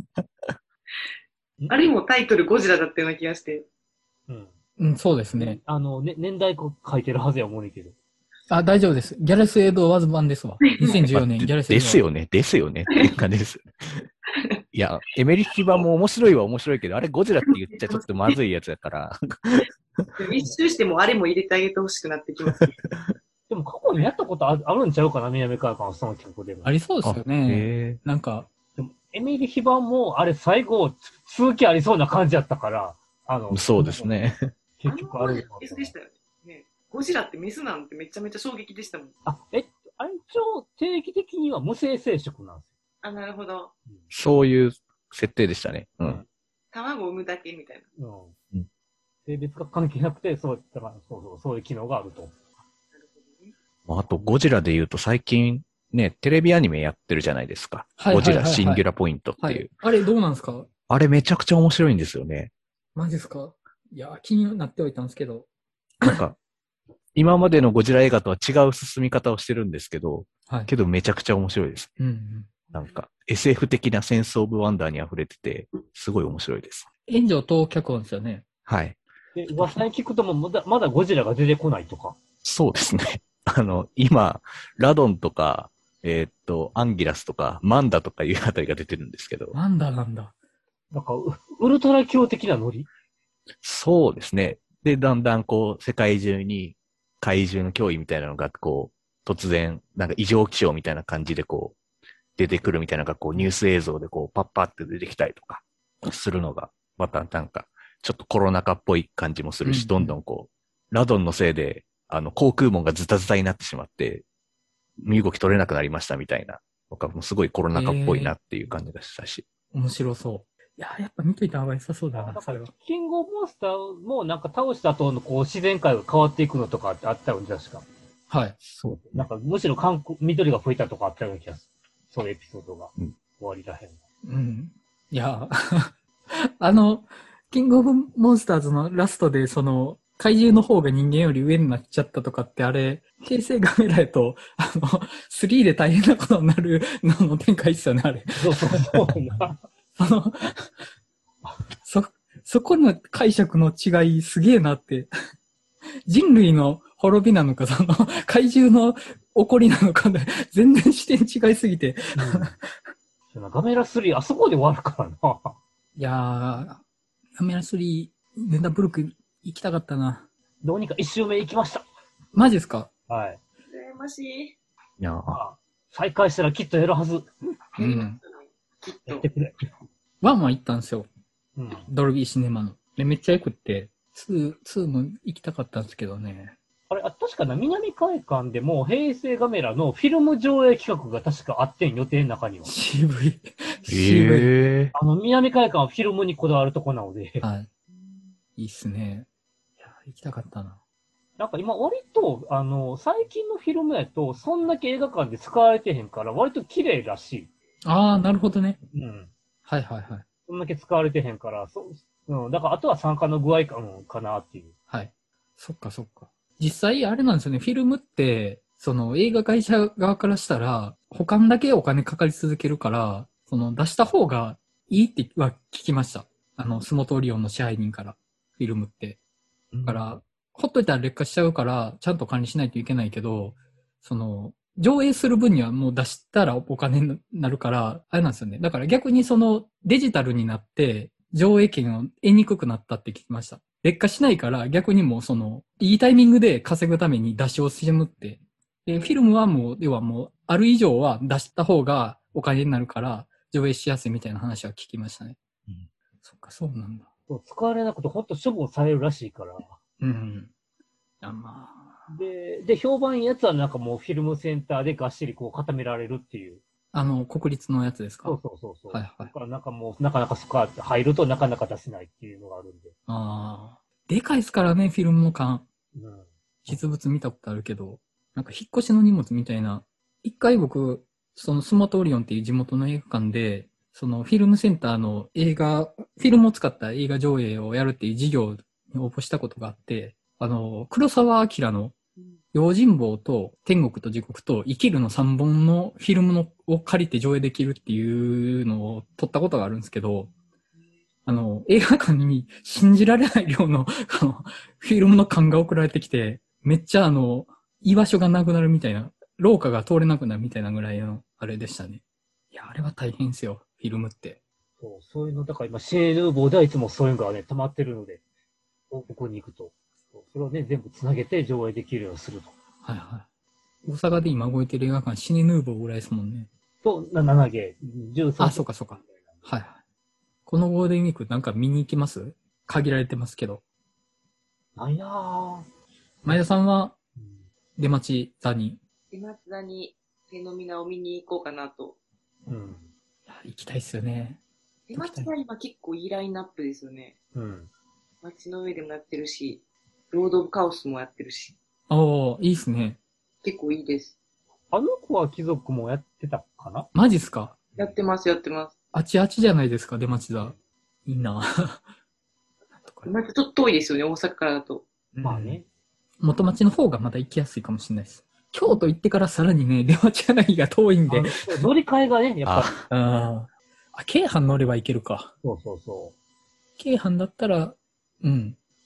あれもタイトルゴジラだったような気がして。 うん。 うん、そうですね。 あの、ね、年代書いてるはずや思うねんけど。 あ、大丈夫です。ギャレス・エドワーズ版ですわ。にせんじゅうよねん、 まあギャレス・エドワーズ。 ですよね、ですよねっていう感じです。いや、エメリキ版も面白いは面白いけど、あれゴジラって言っちゃちょっとまずいやつだから。 でも一周してもあれも入れてあげてほしくなってきます。 でも過去にやったことああるんちゃうかな、南海館はその企画でも。 ありそうですよね。 へなんか、 でもエミリヒ版も、あれ最後、続きありそうな感じやったから、あの、 え。そうですね。 結局あれあのメスでしたよね。ねゴジラってメスなんてめちゃめちゃ衝撃でしたもん。 あ、え、あれ一応定期的には無性生殖なんですよ。 あ、なるほど。 そういう設定でしたね。うん。 卵を産むだけみたいな。 うん。 うん性別が関係なくて、そう、だから、そうそう、そういう機能があると。 なるほどね。 まああと、ゴジラで言うと最近ね、テレビアニメやってるじゃないですか。 はいはいはいはいゴジラシンギュラポイントっていう。 はい。あれどうなんですか？ あれめちゃくちゃ面白いんですよね。 マジですか？いや、気になっておいたんですけど。 なんか、今までのゴジラ映画とは違う進み方をしてるんですけど、 はい。 けどめちゃくちゃ面白いです。 うんうん。 なんか、エスエフ 的なセンスオブワンダーに溢れてて、すごい面白いです。 炎上等脚本ですよね。 はい。 で、噂に聞くともまだ、まだゴジラが出てこないとか。 そうですね。あの、今、ラドンとか、えーっと、アンギラスとか、マンダとかいうあたりが出てるんですけど、 なんだなんだ。 なんか、ウウルトラ強的なノリ。 そうですね。で、だんだんこう、世界中に怪獣の脅威みたいなのが、こう、突然、なんか異常気象みたいな感じでこう、出てくるみたいなのが、こう、ニュース映像でこう、パッパって出てきたりとか、するのが、またなんか、ちょっとコロナ禍っぽい感じもするし、 うんどんどんこう、ラドンのせいで、あの、航空網がズタズタになってしまって、身動き取れなくなりましたみたいな、なんかもうすごいコロナ禍っぽいなっていう感じがしたし。 面白そう。いや、やっぱ見といた方が良さそうだな、 なんかそれは。 キングオブモンスターもなんか倒した後のこう自然界が変わっていくのとかってあったよね、確か。 はい。 そう。 なんかむしろ韓国、緑が増えたとかあったような気がする。そういうエピソードが。 うん終わりらへん。 うん。いや、あの、キングオブモンスターズのラストで、その、怪獣の方が人間より上になっちゃったとかってあれ、平成ガメラやと、あの、スリーで大変なことになるのの展開ですよね、あれ。 そうそうそうな。 その、そ、そこの解釈の違いすげえなって。人類の滅びなのか、その、怪獣の起こりなのかで、全然視点違いすぎて。 うん、ガメラスリー、あそこで終わるからな。 いやー、ガメラスリー、ネタブルク行きたかったな。 どうにか一周目行きました。 マジですか？ はい。 羨ましい。 いやーまあ、再開したらきっとやるはず。 うん。 きっとやって。くれ。 ワンは行ったんですよ。 うん。 ドルビーシネマの。で、めっちゃ良くって、ツー、ツーも行きたかったんですけどね。 あれ、あ、確かな、南海館でも平成ガメラのフィルム上映企画が確かあってん、予定の中には。 渋い。渋い。 えあの、南海館はフィルムにこだわるとこなので、 はい。いいっすね。いや、行きたかったな。 なんか今割と、あの、最近のフィルムやと、そんだけ映画館で使われてへんから、割と綺麗らしあー、なるほどね。 い。うん。 はいはいはい。 そんだけ使われてへんから、そう、うん。だからあとは参加の具合か、うん、かなっていう。 はい。そっかそっか。実際あれなんですよね。フィルムって、その映画会社側からしたら、保管だけお金かかり続けるから、その出した方がいいっては聞きました。あの、スモトリオンの支配人から、フィルムって。だから、ほっといたら劣化しちゃうから、ちゃんと管理しないといけないけど、その、上映する分にはもう出したらお金になるから、あれなんですよね。だから逆にそのデジタルになって、上映権を得にくくなったって聞きました。劣化しないから逆にもうその、いいタイミングで稼ぐために出し惜しむって。で、フィルムはもう、要はもう、ある以上は出した方がお金になるから、上映しやすいみたいな話は聞きましたね。 うんそっか、そうなんだ。 そう使われなくてほんと処分されるらしいから。 うん。いや、まあ。 で、で、評判いいやつはなんかもうフィルムセンターでがっしりこう固められるっていう。 あの、国立のやつですか？ そうそうそうそう。 はいはいだからなんかもう、なかなかそこは入るとなかなか出せないっていうのがあるんで。 ああ。でかいっすからね、フィルムの缶。 うん。 実物見たことあるけど、なんか引っ越しの荷物みたいな。一回僕、そのスマトリオンっていう地元の映画館で、そのフィルムセンターの映画、フィルムを使った映画上映をやるっていう事業に応募したことがあって、あの、黒沢明の用心棒と天国と地獄と生きるのさんぼんのフィルムのを借りて上映できるっていうのを撮ったことがあるんですけど、あの、映画館に信じられない量の、あの、フィルムの缶が送られてきて、めっちゃあの、居場所がなくなるみたいな、廊下が通れなくなるみたいなぐらいの、あれでしたね。いや、あれは大変ですよ、フィルムって。 そう、そういうの、だから今、シネヌーボーではいつもそういうのがね、溜まってるので、ここに行くと。そうそれをね、全部つなげて上映できるようにすると。 はいはい。大阪で今動いてる映画館、シネヌーボーぐらいですもんね。 と、なななゲー、じゅうさん。 あ、そうかそうか。はいはい。このゴールデンウィークなんか見に行きます？限られてますけど。 ないなぁ。 前田さんはうん出待ち座に。 出松田にフェノミナを見に行こうかなと。 うん。 いや行きたいっすよね。 出松田今結構いいラインナップですよね。 うん。 街の上でもやってるし、ロード・オブ・カオスもやってるし、 おー、いいっすね。 結構いいです。 あの子は貴族もやってたかな。 マジっすか？ やってます、やってます。 あちあちじゃないですか、出待ち座。いいなとかまたちょっと遠いですよね、大阪からだと。 まあね。 元町の方がまだ行きやすいかもしれないです。京都行ってからさらにね、出待ち柳が遠いんで。 あの乗り換えがね、やっぱり。 ああ、京阪乗れば行けるか。 そうそうそ京阪だったら、うん、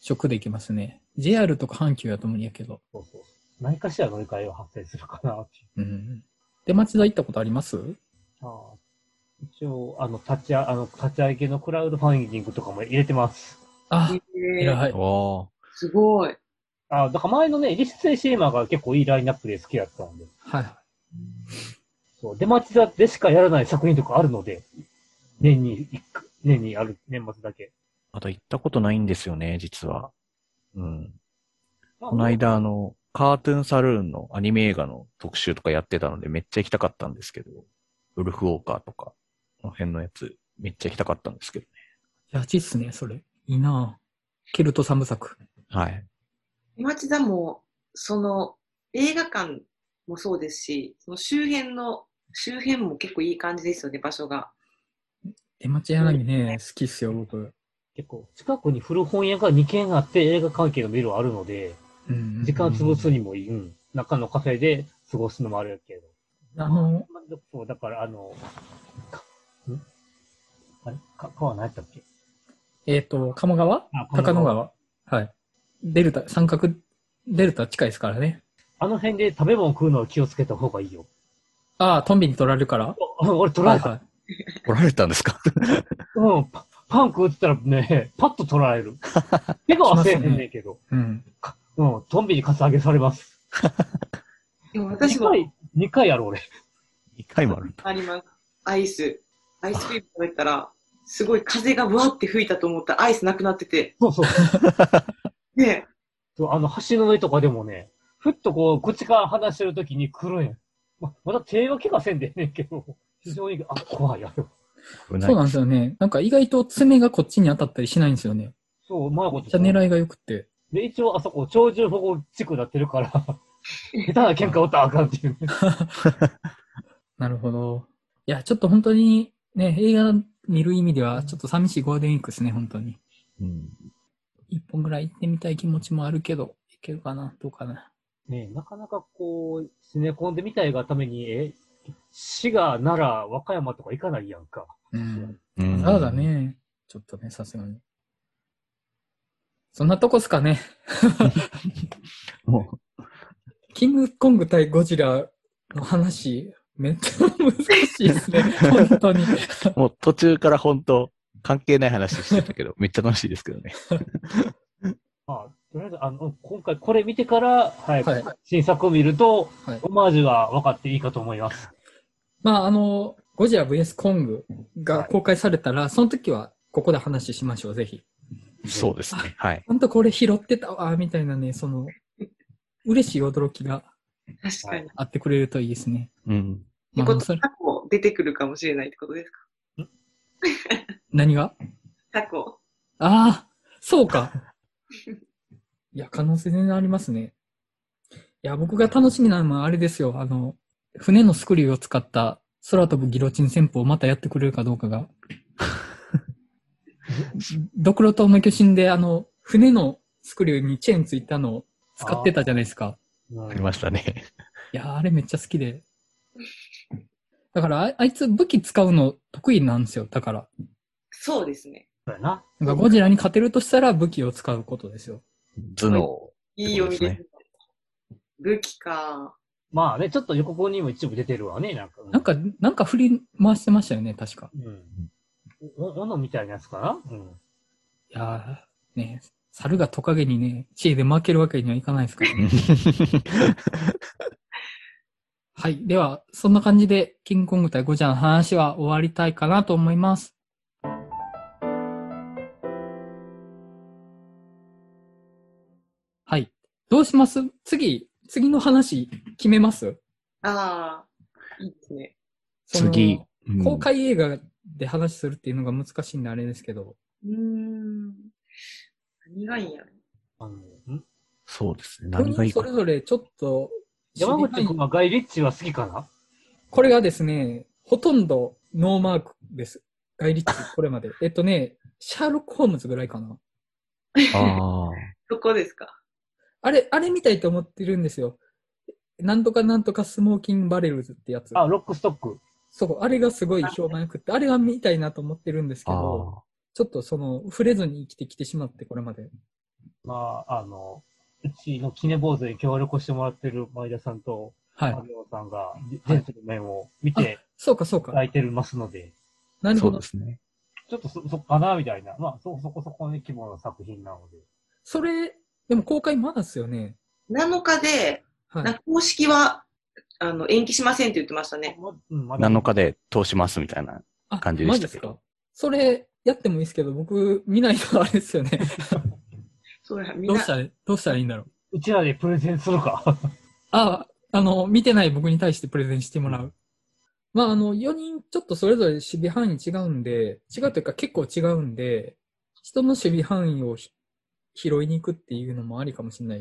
直で行けますね。ジェイアール とか阪急やと無理やけど。 そうそう。何かしら乗り換えは発生するかなっていう。 うん。で、町田行ったことあります？ ああ、一応、あの、立ちあ、あの、立ち上げのクラウドファンディングとかも入れてます。 あ、 えー、 偉い。 おー。 すごい。 あ、だから前のね、実践シネマが結構いいラインナップで好きだったんで。 はいはい。 そう、出町座でしかやらない作品とかあるので、年に一回、年にある、年末だけ。 まだ行ったことないんですよね、実は。うん。 ここの間、あの、カートゥーンサルーンのアニメ映画の特集とかやってたのでめっちゃ行きたかったんですけど、ウルフウォーカーとか、この辺のやつ、めっちゃ行きたかったんですけどね。 いや、ちっすね、それ。いいなぁ。ケルト三部作。 はい。 町田も、その、映画館もそうですし、その周辺の、周辺も結構いい感じですよね、場所が。 出町柳ね、好きっすよ、僕。 結構、近くに古本屋がにけんあって映画関係のビルあるので、 うん。 時間潰すにもいい。うん。中のカフェで過ごすのもあるけど。 あの、 そう、だから、あの、かんあれか、川何やったっけ？ えっ、と、鴨川あ高野川。はい。デルタ、三角、デルタ近いですからね。 あの辺で食べ物食うのは気をつけた方がいいよ。 ああ、トンビに取られるからあ俺取られた。 はいはい。 来られたんですか？ うん、パパン食ってたらね、パッと取られる。怪我はせえへんねんけど。 うん。 うん、トンビにカツアゲされます。 でも私もにかい、にかいやる俺。 一回もあるんだ。 あります。アイス。アイスクリーム食べたら、すごい風がわーって吹いたと思ったらアイスなくなってて。 そうそう。 ねそうあの、橋の上とかでもね、ふっとこう、口から離してるときに来るんや。ま、まだ手は怪我せんでえねんけど、非常に、あ、怖いやろ。 危ない。 そうなんですよね。なんか意外と爪がこっちに当たったりしないんですよね。 そう、うまいこと。 じゃあ狙いが良くて。 で、一応あそこ、鳥獣保護地区になってるから、下手な喧嘩打ったらあかんっていうね。 なるほど。いや、ちょっと本当にね、映画見る意味ではちょっと寂しいゴールデンウィークですね、本当に。 うん。 一本ぐらい行ってみたい気持ちもあるけど、いけるかな、どうかな。 ねえ、なかなかこう、シネコンで見たいがために、え、滋賀、奈良、和歌山とか行かないやんか。 うん。 うんわざわざね、ちょっとね、さすがに。そんなとこっすかね。 もキングコング対ゴジラの話、めっちゃ難しいですね、本当に。 う、もう途中から本当関係ない話してたけど、めっちゃ楽しいですけどね。 まあ、とりあえず、あの、今回これ見てから、はい、 はい新作を見ると、 はいオマージュが分かっていいかと思います。 まあ、あの、ゴジラ ブイエス コングが公開されたら、その時はここで話しましょう、ぜひ。 そうですね。はい。 ほんとこれ拾ってたわ、みたいなね、その、嬉しい驚きが確かに。 あってくれるといいですね。 うん。 ってことまあそれタコ出てくるかもしれないってことですか？ 何がタコ。 ああ、そうか。いや、可能性全然ありますね。いや、僕が楽しみなのはあれですよ。あの、船のスクリューを使った空飛ぶギロチン戦法をまたやってくれるかどうかが。ドクロ島の巨神で、あの、船のスクリューにチェーンついたのを使ってたじゃないですか。 うんありましたね。 いやー、あれめっちゃ好きで。だからあ、あいつ武器使うの得意なんですよ。だから。 そうですね。 そうやな。 なんかゴジラに勝てるとしたら武器を使うことですよ。 頭脳。 いい読みですそうですね。 武器か。 まあね、ちょっと予告にも一部出てるわね、なんか。 なんか、なんか振り回してましたよね、確か。 うん。お、斧みたいなやつかなうん。 いやー、ね、猿がトカゲにね、知恵で負けるわけにはいかないですからね。はい。では、そんな感じで、キングコング対ゴジラの話は終わりたいかなと思います。はい。どうします？次、次の話決めます？ ああ、いいですね。 その次。うん公開映画で話するっていうのが難しいんであれですけど。 うーん。何がいいんやろ。 あの、んそうですね。 よにんそ何がいいかな。 れぞれちょっと知りたい、 山口君はガイ・リッチは好きかなこれがですね、ほとんどノーマークです。ガイリッチ、これまで。えっとね、シャーロック・ホームズぐらいかな。 ああ。 どこですか？ あれ、あれみたいと思ってるんですよ。なんとかなんとかスモーキングバレルズってやつ。 あ、ロックストック。 そう、あれがすごい評判良くって、あれが見たいなと思ってるんですけど、 あちょっとその、触れずに生きてきてしまって、これまで。 まあ、あの、うちのキネ坊主に協力してもらってる前田さんと、 はい。 マリオさんが、前世の面を見て、 そうか、そうか。 書いてますので、 なるほどそうで。すね。 ちょっとそ、そっかな、みたいな。まあ、そ、そこそこの規模の作品なので。 それ、でも公開まだっすよね。 なのかで、 はい。 なんか公式は、あの、延期しませんって言ってましたね。 まうんまだなのかで通しますみたいな。 あ、 感じでしたけどマジですか。それ、やってもいいですけど、僕、見ないとあれですよね。 そうや、みんなどうし、たら、どうしたらいいんだろう。 うちらでプレゼンするか。 あ、あの、見てない僕に対してプレゼンしてもらう。まあ、あの、よにんちょっとそれぞれ守備範囲違うんで、違うというか結構違うんで、人の守備範囲をひ拾いに行くっていうのもありかもしれないです。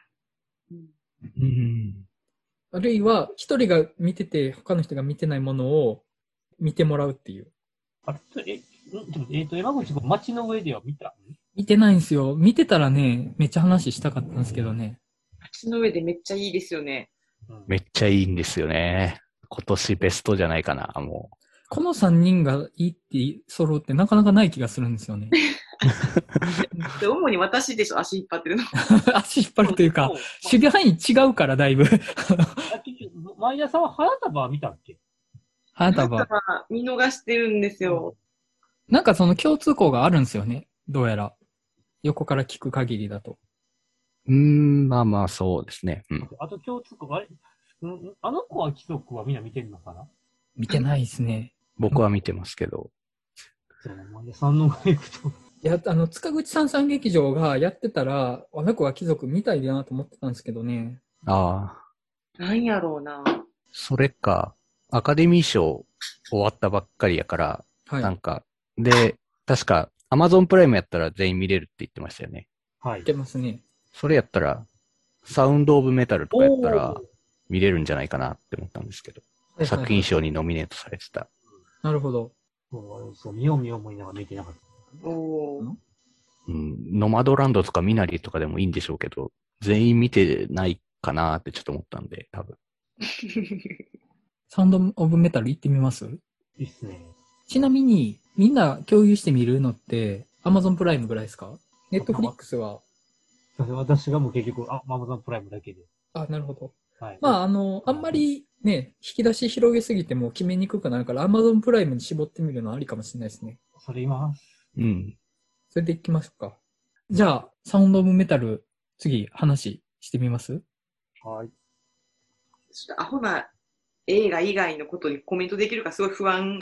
うん。 あるいは、一人が見てて、他の人が見てないものを見てもらうっていう。 あれえ、んでもえっ、と、山口君、街の上では見た見てないんですよ。見てたらね、めっちゃ話したかったんですけどね。 街の上でめっちゃいいですよね。 うんめっちゃいいんですよね。今年ベストじゃないかな、もこのさんにんがいいって揃うってなかなかない気がするんですよね。 で主に私でしょ、足引っ張ってるの。 足引っ張るというか、 そう守備範囲違うからだいぶ。 あ結局前田さんは花束は見たっけ花束。 見逃してるんですよ。 なんかその共通項があるんですよね。どうやら。横から聞く限りだと。 う。うーん、まあまあそうですね。うん。 あと共通項、あれんあの子は貴族はみんな見てるのかな見てないですね。 僕は見てますけど。 そう、前田さんのが行くと。 いや、あの、塚口三三劇場がやってたら、あの子は貴族みたいだなと思ってたんですけどね。 ああ。 なんやろうな。 それか、アカデミー賞終わったばっかりやから、 はい。 なんか、で、確か、アマゾンプライムやったら全員見れるって言ってましたよね。 はいい。けますね。 それやったら、サウンドオブメタルとかやったらおー、 見れるんじゃないかなって思ったんですけど、 はいはいはい作品賞にノミネートされてた。 なるほど。 そうそう、見よう見よう思いながら見てなかった。 おー。 うん、ノマドランドとかミナリとかでもいいんでしょうけど、全員見てないかなってちょっと思ったんで、多分。 サウンドオブメタル行ってみます？ いいっすね。 ちなみに、みんな共有して見るのって、アマゾンプライムぐらいですか？ネットフリックスは。 私がもう結局、あ、アマゾンプライムだけで。 あ、なるほど。 はい。 まあ、あの、あんまりね、引き出し広げすぎても決めにくくなるから、アマゾンプライムに絞ってみるのはありかもしれないですね。 それ今、 うん。 それでいきましょうか。じゃあ、サウンドオブメタル、次、話してみます？ はい。 ちょっとアホな映画以外のことにコメントできるかすごい不安。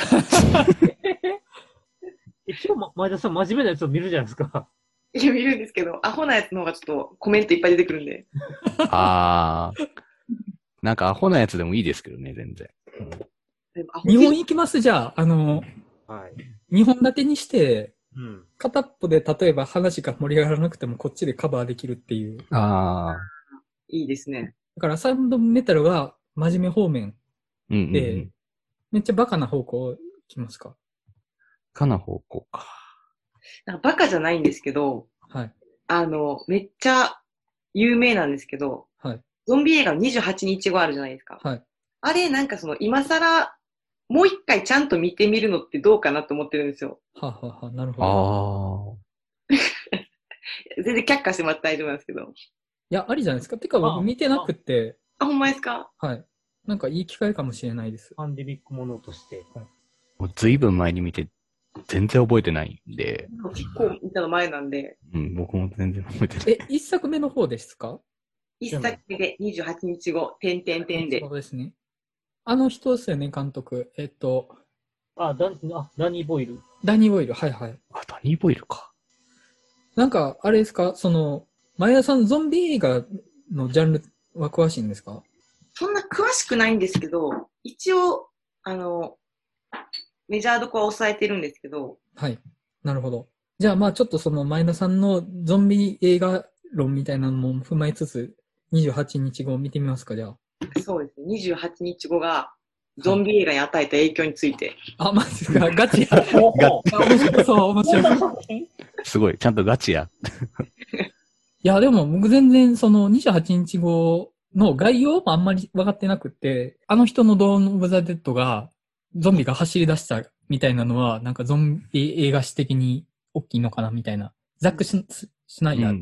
一応、ま、前田さん真面目なやつを見るじゃないですか。 いや、見るんですけど、アホなやつの方がちょっとコメントいっぱい出てくるんで。 あー。なんかアホなやつでもいいですけどね、全然。うんでもアホ日本行きますじゃあ、あの、 はい。 にほん立てにして、 うん。 片っぽで例えば話が盛り上がらなくてもこっちでカバーできるっていう。 あいいですね。 だからサウンドオブメタルは真面目方面ー。うんうん、うで、 ん。 めっちゃバカな方向行きますか？ かな方向か。 なんかバカじゃないんですけど、 はい。 あの、めっちゃ有名なんですけど、 はい。 ゾンビ映画のにじゅうはちにちごあるじゃないですか。 はい。 あれ、なんかその、今更、もう一回ちゃんと見てみるのってどうかなと思ってるんですよ。 はあ、はあはあ、なるほど。 あ全然却下してもらって大丈夫なんですけど。 いや、ありじゃないですか。てか僕見てなくって、 あ、ほんまですか？ はい。なんかいい機会かもしれないです。 パンデミックものとして。 ー。もうずいぶん前に見て、全然覚えてないんで、 結構見たの前なんで、 うん、僕も全然覚えてない。 え、一作目の方ですか？ 一作目でにじゅうはちにちご、てんてんてんでそ。うですね。あの人ですよね、監督。えっと、 あ、ダあダニー・ボイル。 ダニー・ボイル。はいはい。 あ、ダニー・ボイルか。 なんか、あれですか、その、前田さん、ゾンビ映画のジャンルは詳しいんですか？ そんな詳しくないんですけど、一応、あの、メジャーどこは抑えてるんですけど、 はい。なるほど。じゃあ、まあちょっとその前田さんのゾンビ映画論みたいなのも踏まえつつ、にじゅうはちにちごを見てみますか、じゃあ。 そうですね、にじゅうはちにちごがゾンビ映画に与えた影響について。 あ、マジですか、ガチや。 ガあ面白そう、面白そう。 すごい、ちゃんとガチや。 いや、でも僕全然そのにじゅうはちにちごの概要もあんまり分かってなくて、あの人のドーン・オブ・ザ・デッドがゾンビが走り出したみたいなのは、なんかゾンビ映画史的に大きいのかなみたいな。ザックシュ・シュナイダーか。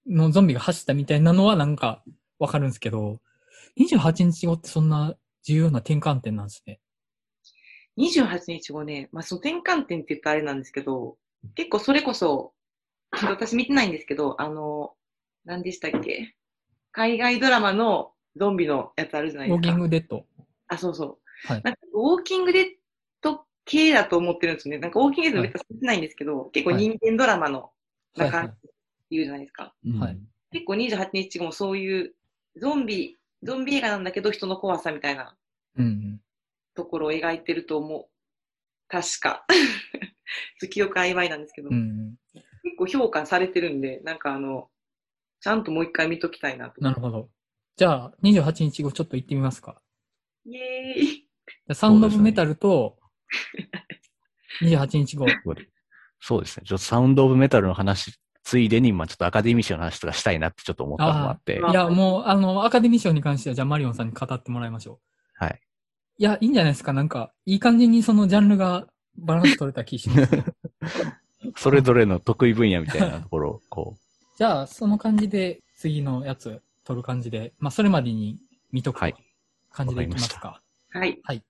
のゾンビが走ったみたいなのはなんかわかるんですけど、にじゅうはちにちごってそんな重要な転換点なんですね。 にじゅうはちにちごね、まあその転換点って言ったらあれなんですけど、結構それこそ、ちょっと私見てないんですけど、あの、何でしたっけ？海外ドラマのゾンビのやつあるじゃないウォーキンですか。 グデッド。 あ、そうそう。 はい。 なんかウォーキングデッド系だと思ってるんですよね。なんかウォーキングデッドめっちゃ見てないんですけど、結構人間ドラマのはい。 中って言うじゃないですか。 はい。 結構にじゅうはちにちごもそういうゾンビ、ゾンビ映画なんだけど人の怖さみたいなうん。 ところを描いてると思う。確か。記憶曖昧なんですけど、 うん。 結構評価されてるんで、なんかあの、ちゃんともう一回見ときたいなと。 なるほど。じゃあ、にじゅうはちにちごちょっと行ってみますか。 イエーイ。 サウンドオブメタルと、にじゅうはちにちご。 そうですね。ちょっとサウンドオブメタルの話、ついでに、まあちょっとアカデミー賞の話とかしたいなってちょっと思ったのもあって。 あいや、もう、あの、アカデミー賞に関しては、じゃあマリオンさんに語ってもらいましょう。はい。 いや、いいんじゃないですか。なんか、いい感じにそのジャンルがバランス取れた気します。 それぞれの得意分野みたいなところを、こう。 じゃあ、その感じで、次のやつ、取る感じで、まあ、それまでに見とく感じでいきますか。 はい。 はい。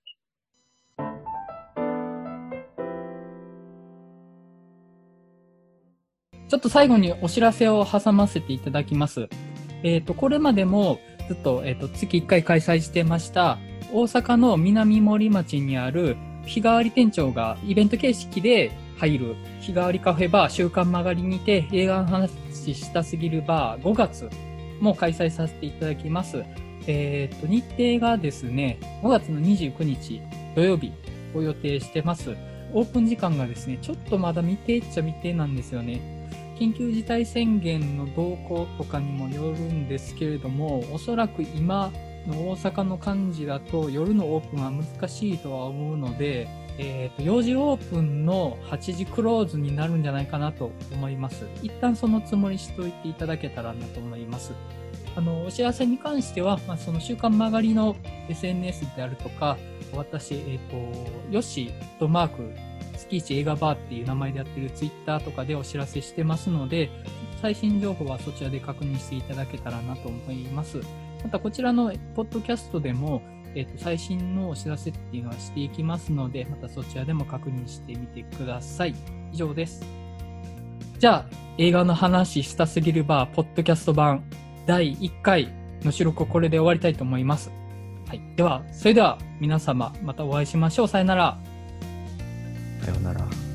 ちょっと最後にお知らせを挟ませていただきます。えっと、これまでもずっと、えっと、月いっかい開催してました、大阪の南森町にある日替わり店長がイベント形式で入る日替わりカフェバー週刊曲がりにて映画の話したすぎるバーごがつも開催させていただきます。えっと、日程がですね、ごがつのにじゅうくにち土曜日を予定してます。オープン時間がですね、ちょっとまだ未定っちゃ未定なんですよね。緊急事態宣言の動向とかにもよるんですけれども、おそらく今の大阪の感じだと夜のオープンは難しいとは思うので、えっと、よじオープンのはちじクローズになるんじゃないかなと思います。一旦そのつもりしといていただけたらなと思います。あの、お知らせに関しては、まあ、その週刊曲がりの エスエヌエス であるとか、私、えっと、ヨッシーとマーク、月一映画バーっていう名前でやってるツイッターとかでお知らせしてますので、最新情報はそちらで確認していただけたらなと思います。またこちらのポッドキャストでも、えっと、最新のお知らせっていうのはしていきますので、またそちらでも確認してみてください。以上です。じゃあ、映画の話したすぎるバーポッドキャスト版だいいっかいの収録をこれで終わりたいと思います。はい。では、それでは皆様またお会いしましょう。さよなら。 さようなら。